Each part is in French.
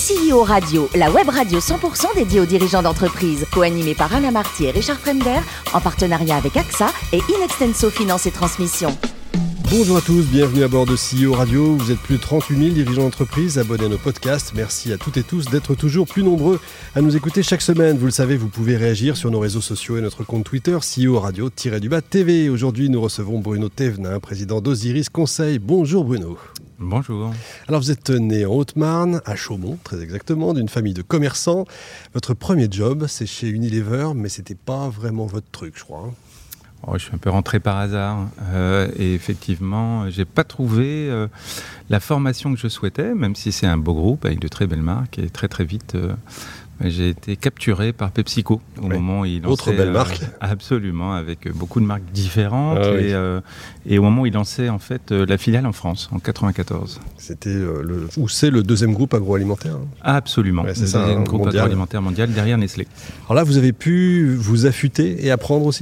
CEO Radio, la web radio 100% dédiée aux dirigeants d'entreprise, co-animée par Alain Marty et Richard Fremder, en partenariat avec AXA et Inextenso Finance et Transmission. Bonjour à tous, bienvenue à bord de CEO Radio. Vous êtes plus de 38 000 dirigeants d'entreprise abonnés à nos podcasts. Merci à toutes et tous d'être toujours plus nombreux à nous écouter chaque semaine. Vous le savez, vous pouvez réagir sur nos réseaux sociaux et notre compte Twitter, CEO Radio-TV. Aujourd'hui, nous recevons Bruno Thévenin, président d'Osiris Conseil. Bonjour Bruno. Bonjour. Alors vous êtes né en Haute-Marne, à Chaumont très exactement, d'une famille de commerçants. Votre premier job, c'est chez Unilever, mais c'était pas vraiment votre truc, je crois. Je suis un peu rentré par hasard et effectivement, j'ai pas trouvé la formation que je souhaitais, même si c'est un beau groupe avec de très belles marques. Et très très vite, j'ai été capturé par PepsiCo au moment où il lançait. Autre belle marque. Absolument, avec beaucoup de marques différentes et au moment où il lançait en fait la filiale en France en 94. C'était c'est le deuxième groupe agroalimentaire. Absolument, c'est le ça, deuxième groupe mondial. agroalimentaire mondial derrière Nestlé. Alors là, vous avez pu vous affûter et apprendre aussi ?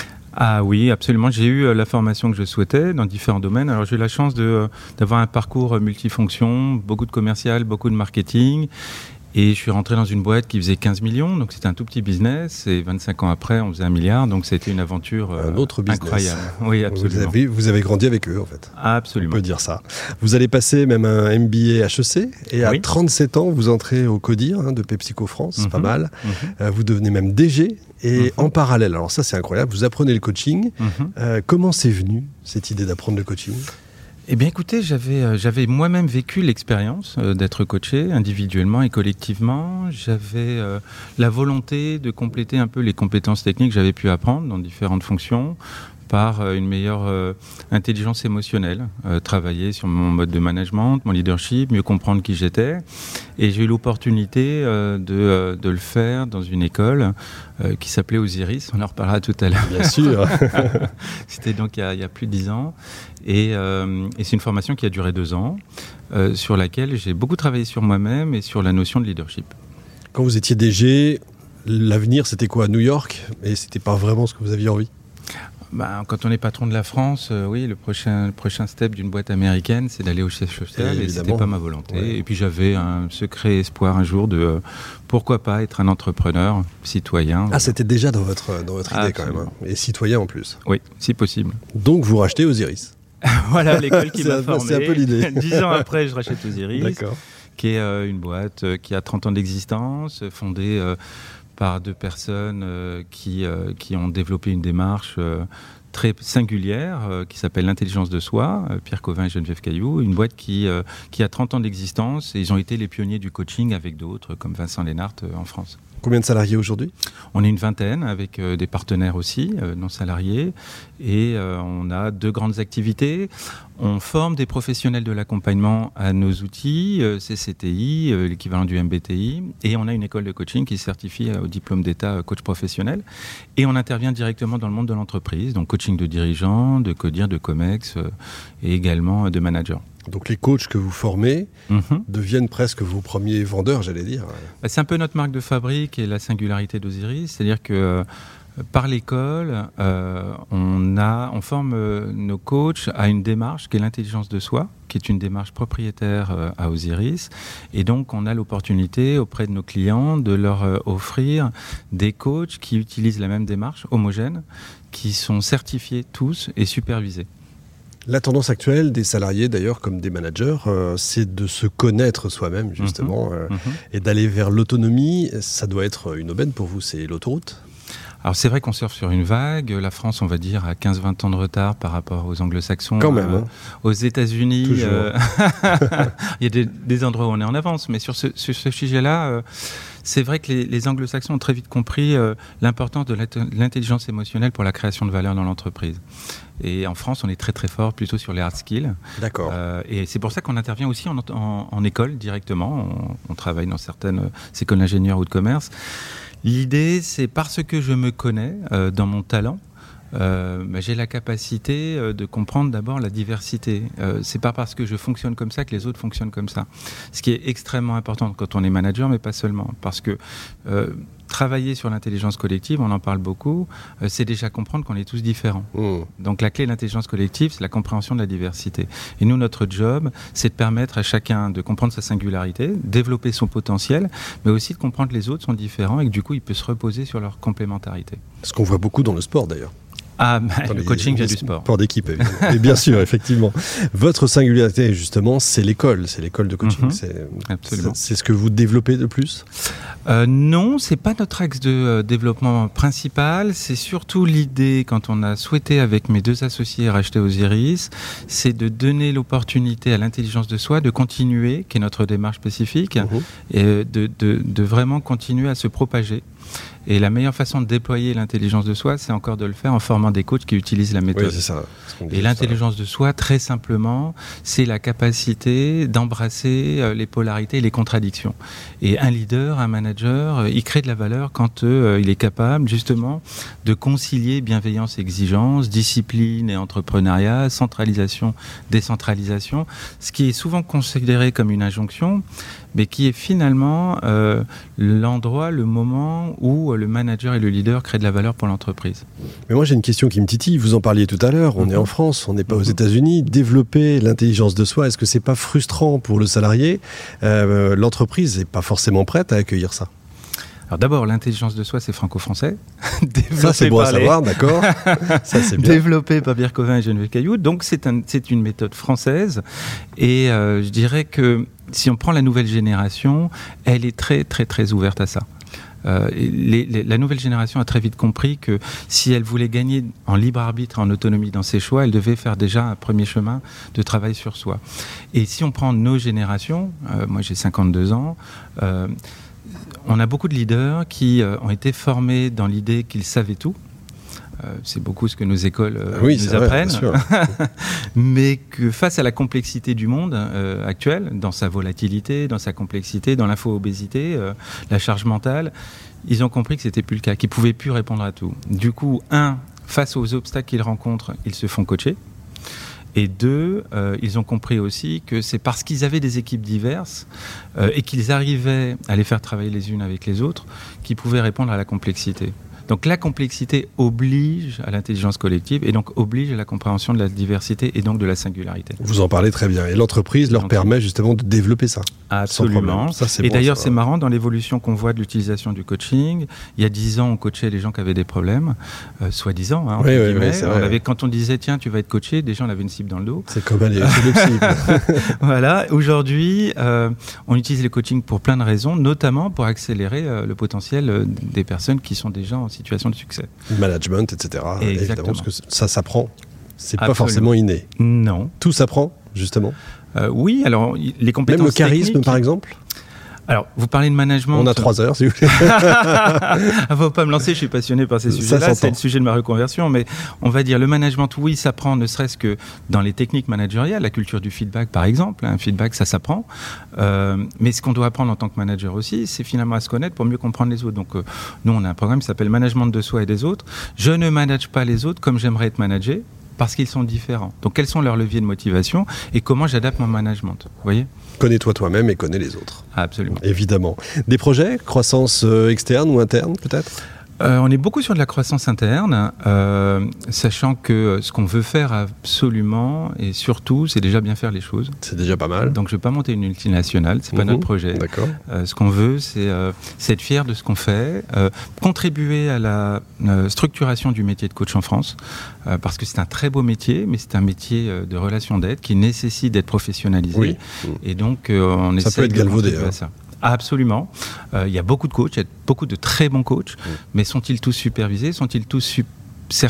Ah oui, absolument. J'ai eu la formation que je souhaitais dans différents domaines. Alors j'ai eu la chance d'avoir un parcours multifonction, beaucoup de commercial, beaucoup de marketing. Et je suis rentré dans une boîte qui faisait 15 millions, donc c'était un tout petit business. Et 25 ans après, on faisait 1 milliard, donc c'était une aventure un autre business. Incroyable. Oui, absolument. Vous avez grandi avec eux, en fait. Absolument. On peut dire ça. Vous allez passer même un MBA HEC, et à 37 ans, vous entrez au CODIR de PepsiCo France, pas mal. Vous devenez même DG, et en parallèle, alors ça c'est incroyable, vous apprenez le coaching. Comment c'est venu, cette idée d'apprendre le coaching ? Eh bien écoutez, j'avais moi-même vécu l'expérience d'être coaché individuellement et collectivement. J'avais la volonté de compléter un peu les compétences techniques que j'avais pu apprendre dans différentes fonctions par une meilleure intelligence émotionnelle, travailler sur mon mode de management, mon leadership, mieux comprendre qui j'étais. Et j'ai eu l'opportunité de le faire dans une école qui s'appelait Osiris, on en reparlera tout à l'heure. Bien sûr. C'était donc il y a plus de 10 ans. Et c'est une formation qui a duré 2 ans, sur laquelle j'ai beaucoup travaillé sur moi-même et sur la notion de leadership. Quand vous étiez DG, l'avenir c'était quoi, New York ? Et c'était pas vraiment ce que vous aviez envie ? Quand on est patron de la France, oui, le prochain step d'une boîte américaine, c'est d'aller au siège social, et c'était pas ma volonté. Ouais. Et puis j'avais un secret espoir un jour de pourquoi pas être un entrepreneur citoyen. Ah, c'était déjà dans votre idée quand même, hein. Et citoyen en plus. Oui, si possible. Donc vous rachetez Osiris. Voilà l'école qui m'a formé. C'est un peu l'idée. 10 ans après, je rachète Osiris, D'accord. Qui est une boîte qui a 30 ans d'existence, fondée par 2 personnes qui ont développé une démarche très singulière qui s'appelle l'intelligence de soi, Pierre Covin et Geneviève Cailloux, une boîte qui a 30 ans d'existence et ils ont été les pionniers du coaching avec d'autres comme Vincent Lénart en France. Combien de salariés aujourd'hui ? On est une vingtaine avec des partenaires aussi, non salariés, et on a 2 grandes activités. On forme des professionnels de l'accompagnement à nos outils, CCTI, l'équivalent du MBTI, et on a une école de coaching qui certifie au diplôme d'État coach professionnel. Et on intervient directement dans le monde de l'entreprise, donc coaching de dirigeants, de CODIR, de COMEX et également de managers. Donc les coachs que vous formez deviennent presque vos premiers vendeurs, j'allais dire. C'est un peu notre marque de fabrique et la singularité d'Osiris, c'est-à-dire que par l'école, on forme nos coachs à une démarche qui est l'intelligence de soi, qui est une démarche propriétaire à Osiris. Et donc, on a l'opportunité auprès de nos clients de leur offrir des coachs qui utilisent la même démarche, homogène, qui sont certifiés tous et supervisés. La tendance actuelle des salariés, d'ailleurs, comme des managers, c'est de se connaître soi-même, justement, et d'aller vers l'autonomie. Ça doit être une aubaine pour vous, c'est l'autoroute ? Alors c'est vrai qu'on surfe sur une vague. La France, on va dire, a 15-20 ans de retard par rapport aux anglo-saxons. Quand même. Aux États-Unis, il y a des endroits où on est en avance. Mais sur ce sujet-là, c'est vrai que les anglo-saxons ont très vite compris l'importance de l'intelligence émotionnelle pour la création de valeur dans l'entreprise. Et en France, on est très très fort plutôt sur les hard skills. D'accord. Et c'est pour ça qu'on intervient aussi en école directement. On travaille dans certaines écoles d'ingénieurs ou de commerce. L'idée, c'est parce que je me connais dans mon talent, j'ai la capacité de comprendre d'abord la diversité. C'est pas parce que je fonctionne comme ça que les autres fonctionnent comme ça. Ce qui est extrêmement important quand on est manager, mais pas seulement. Parce que travailler sur l'intelligence collective, on en parle beaucoup, c'est déjà comprendre qu'on est tous différents. Donc la clé de l'intelligence collective, c'est la compréhension de la diversité. Et nous, notre job, c'est de permettre à chacun de comprendre sa singularité, développer son potentiel, mais aussi de comprendre que les autres sont différents et que du coup, il peut se reposer sur leur complémentarité. Ce qu'on voit beaucoup dans le sport d'ailleurs. Le coaching vient du sport. Sport d'équipe, évidemment. Et bien sûr, effectivement. Votre singularité, justement, c'est l'école de coaching. Absolument. C'est ce que vous développez de plus ? Non, c'est pas notre axe de développement principal. C'est surtout l'idée, quand on a souhaité avec mes 2 associés racheter Osiris, c'est de donner l'opportunité à l'intelligence de soi de continuer, qui est notre démarche spécifique, et de vraiment continuer à se propager. Et la meilleure façon de déployer l'intelligence de soi, c'est encore de le faire en formant des coachs qui utilisent la méthode. Oui, c'est ça. Et l'intelligence de soi, très simplement, c'est la capacité d'embrasser les polarités et les contradictions. Et un leader, un manager, il crée de la valeur quand il est capable, justement, de concilier bienveillance et exigence, discipline et entrepreneuriat, centralisation, décentralisation, ce qui est souvent considéré comme une injonction, mais qui est finalement l'endroit, le moment où le manager et le leader créent de la valeur pour l'entreprise. Mais moi j'ai une question qui me titille, vous en parliez tout à l'heure, on est en France, on n'est pas aux États-Unis, développer l'intelligence de soi, est-ce que c'est pas frustrant pour le salarié ? L'entreprise n'est pas forcément prête à accueillir ça. Alors d'abord, l'intelligence de soi, c'est franco-français. Ça, c'est bon à savoir, d'accord. Ça, c'est bien. Développé par Bircovin et Geneviève Cailloux. Donc, c'est une méthode française. Et je dirais que si on prend la nouvelle génération, elle est très, très, très ouverte à ça. La nouvelle génération a très vite compris que si elle voulait gagner en libre arbitre, en autonomie dans ses choix, elle devait faire déjà un premier chemin de travail sur soi. Et si on prend nos générations, moi j'ai 52 ans, on a beaucoup de leaders qui ont été formés dans l'idée qu'ils savaient tout. C'est beaucoup ce que nos écoles nous apprennent. Vrai, mais que face à la complexité du monde actuel, dans sa volatilité, dans sa complexité, dans l'info-obésité, la charge mentale, ils ont compris que c'était plus le cas, qu'ils ne pouvaient plus répondre à tout. Du coup, face aux obstacles qu'ils rencontrent, ils se font coacher. Et 2, ils ont compris aussi que c'est parce qu'ils avaient des équipes diverses et qu'ils arrivaient à les faire travailler les unes avec les autres qu'ils pouvaient répondre à la complexité. Donc la complexité oblige à l'intelligence collective et donc oblige à la compréhension de la diversité et donc de la singularité. Vous en parlez très bien. Et l'entreprise leur permet justement de développer ça. Absolument. Ça, c'est et bon, d'ailleurs, ça. C'est marrant, dans l'évolution qu'on voit de l'utilisation du coaching, il y a 10 ans, on coachait les gens qui avaient des problèmes, soi-disant. Hein, oui, c'est vrai. Quand on disait, tiens, tu vas être coaché, des gens avaient une cible dans le dos. C'est comme aller chez le psy. Voilà. Aujourd'hui, on utilise le coaching pour plein de raisons, notamment pour accélérer le potentiel des personnes qui sont déjà en situation de succès. Management, etc. Évidemment, parce que ça s'apprend. C'est Absolument. Pas forcément inné. Non. Tout s'apprend, justement. Oui, alors les compétences Même le charisme, techniques, par exemple. Alors, vous parlez de management. On a 3 heures, si vous voulez. Faut pas me lancer, je suis passionné par ces sujets-là. C'est le sujet de ma reconversion, mais on va dire le management, oui, ça s'apprend, ne serait-ce que dans les techniques managériales, la culture du feedback, par exemple. Un feedback, ça s'apprend. Mais ce qu'on doit apprendre en tant que manager aussi, c'est finalement à se connaître pour mieux comprendre les autres. Donc, nous, on a un programme qui s'appelle Management de soi et des autres. Je ne manage pas les autres comme j'aimerais être managé, parce qu'ils sont différents. Donc, quels sont leurs leviers de motivation et comment j'adapte mon management, vous voyez ? Connais-toi toi-même et connais les autres. Absolument. Évidemment. Des projets, croissance externe ou interne, peut-être ? On est beaucoup sur de la croissance interne, sachant que ce qu'on veut faire absolument, et surtout, c'est déjà bien faire les choses. C'est déjà pas mal. Donc je ne vais pas monter une multinationale, c'est pas notre projet. D'accord. Ce qu'on veut, c'est être fier de ce qu'on fait, contribuer à la structuration du métier de coach en France, parce que c'est un très beau métier, mais c'est un métier de relation d'aide qui nécessite d'être professionnalisé. Oui. Et donc on essaie peut être galvaudé, à ça. Absolument. Il y a beaucoup de coachs, il y a beaucoup de très bons coachs, mais sont-ils tous supervisés ? Sont-ils tous certifiés ?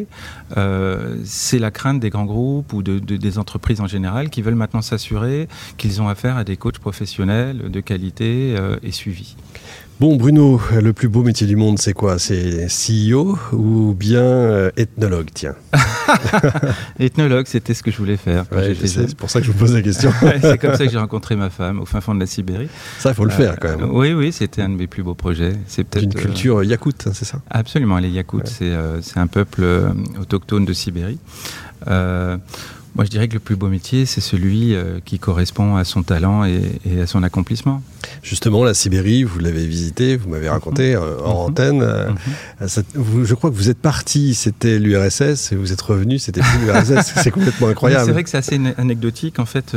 C'est la crainte des grands groupes ou des entreprises en général qui veulent maintenant s'assurer qu'ils ont affaire à des coachs professionnels de qualité et suivis. Bon Bruno, le plus beau métier du monde, c'est quoi? C'est CEO ou bien ethnologue, tiens? Ethnologue, c'était ce que je voulais faire. Ouais, c'est pour ça que je vous pose la question. C'est comme ça que j'ai rencontré ma femme au fin fond de la Sibérie. Ça, il faut le faire quand même. Oui, c'était un de mes plus beaux projets. C'est peut-être une culture yakoute, c'est ça? Absolument, les Yakoutes, c'est un peuple autochtone de Sibérie. Moi, je dirais que le plus beau métier, c'est celui qui correspond à son talent et à son accomplissement. Justement, la Sibérie, vous l'avez visité, vous m'avez raconté hors antenne. Je crois que vous êtes parti, c'était l'URSS, et vous êtes revenu, c'était plus l'URSS. C'est complètement incroyable. C'est vrai que c'est assez anecdotique. En fait,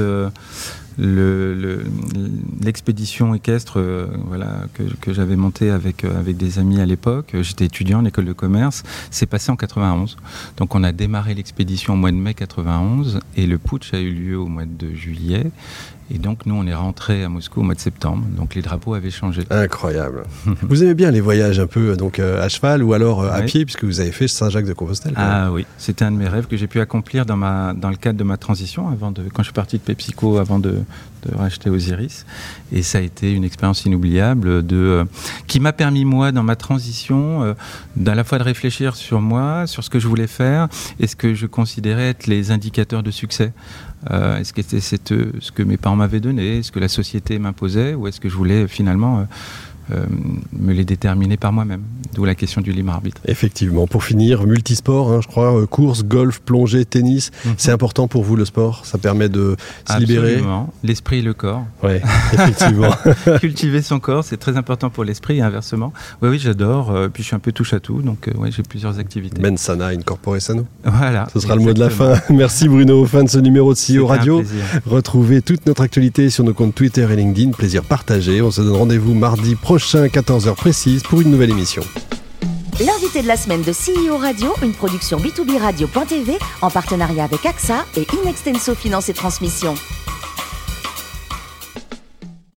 l'expédition équestre que j'avais montée avec des amis à l'époque, j'étais étudiant en école de commerce, s'est passé en 91. Donc on a démarré l'expédition au mois de mai 91 et le putsch a eu lieu au mois de juillet. Et donc, nous, on est rentrés à Moscou au mois de septembre. Donc, les drapeaux avaient changé. Incroyable. Vous aimez bien les voyages un peu donc, à cheval ou alors à pied, puisque vous avez fait Saint-Jacques-de-Compostelle. Ah oui, c'était un de mes rêves que j'ai pu accomplir dans le cadre de ma transition, quand je suis parti de PepsiCo, avant de racheter Osiris. Et ça a été une expérience inoubliable qui m'a permis, moi, dans ma transition, d'à la fois de réfléchir sur moi, sur ce que je voulais faire et ce que je considérais être les indicateurs de succès. Est-ce que c'était ce que mes parents m'avaient donné, ce que la société m'imposait, ou est-ce que je voulais finalement me les déterminer par moi-même, d'où la question du libre arbitre. Effectivement, pour finir, multisport, je crois, course, golf, plongée, tennis, c'est important pour vous le sport? Ça permet de se libérer? Absolument, l'esprit et le corps. Oui, effectivement. Cultiver son corps, c'est très important pour l'esprit et inversement. Oui, j'adore, puis je suis un peu touche à tout, donc j'ai plusieurs activités. Mens sana in corpore sano. Voilà. Ce sera le mot de la fin. Merci Bruno, fin de ce numéro de CEO Radio. Retrouvez toute notre actualité sur nos comptes Twitter et LinkedIn, plaisir partagé. On se donne rendez-vous mardi prochain, 14h précise, pour une nouvelle émission. L'invité de la semaine de CEO Radio, une production B2B Radio.tv en partenariat avec AXA et In Extenso Finance et Transmission.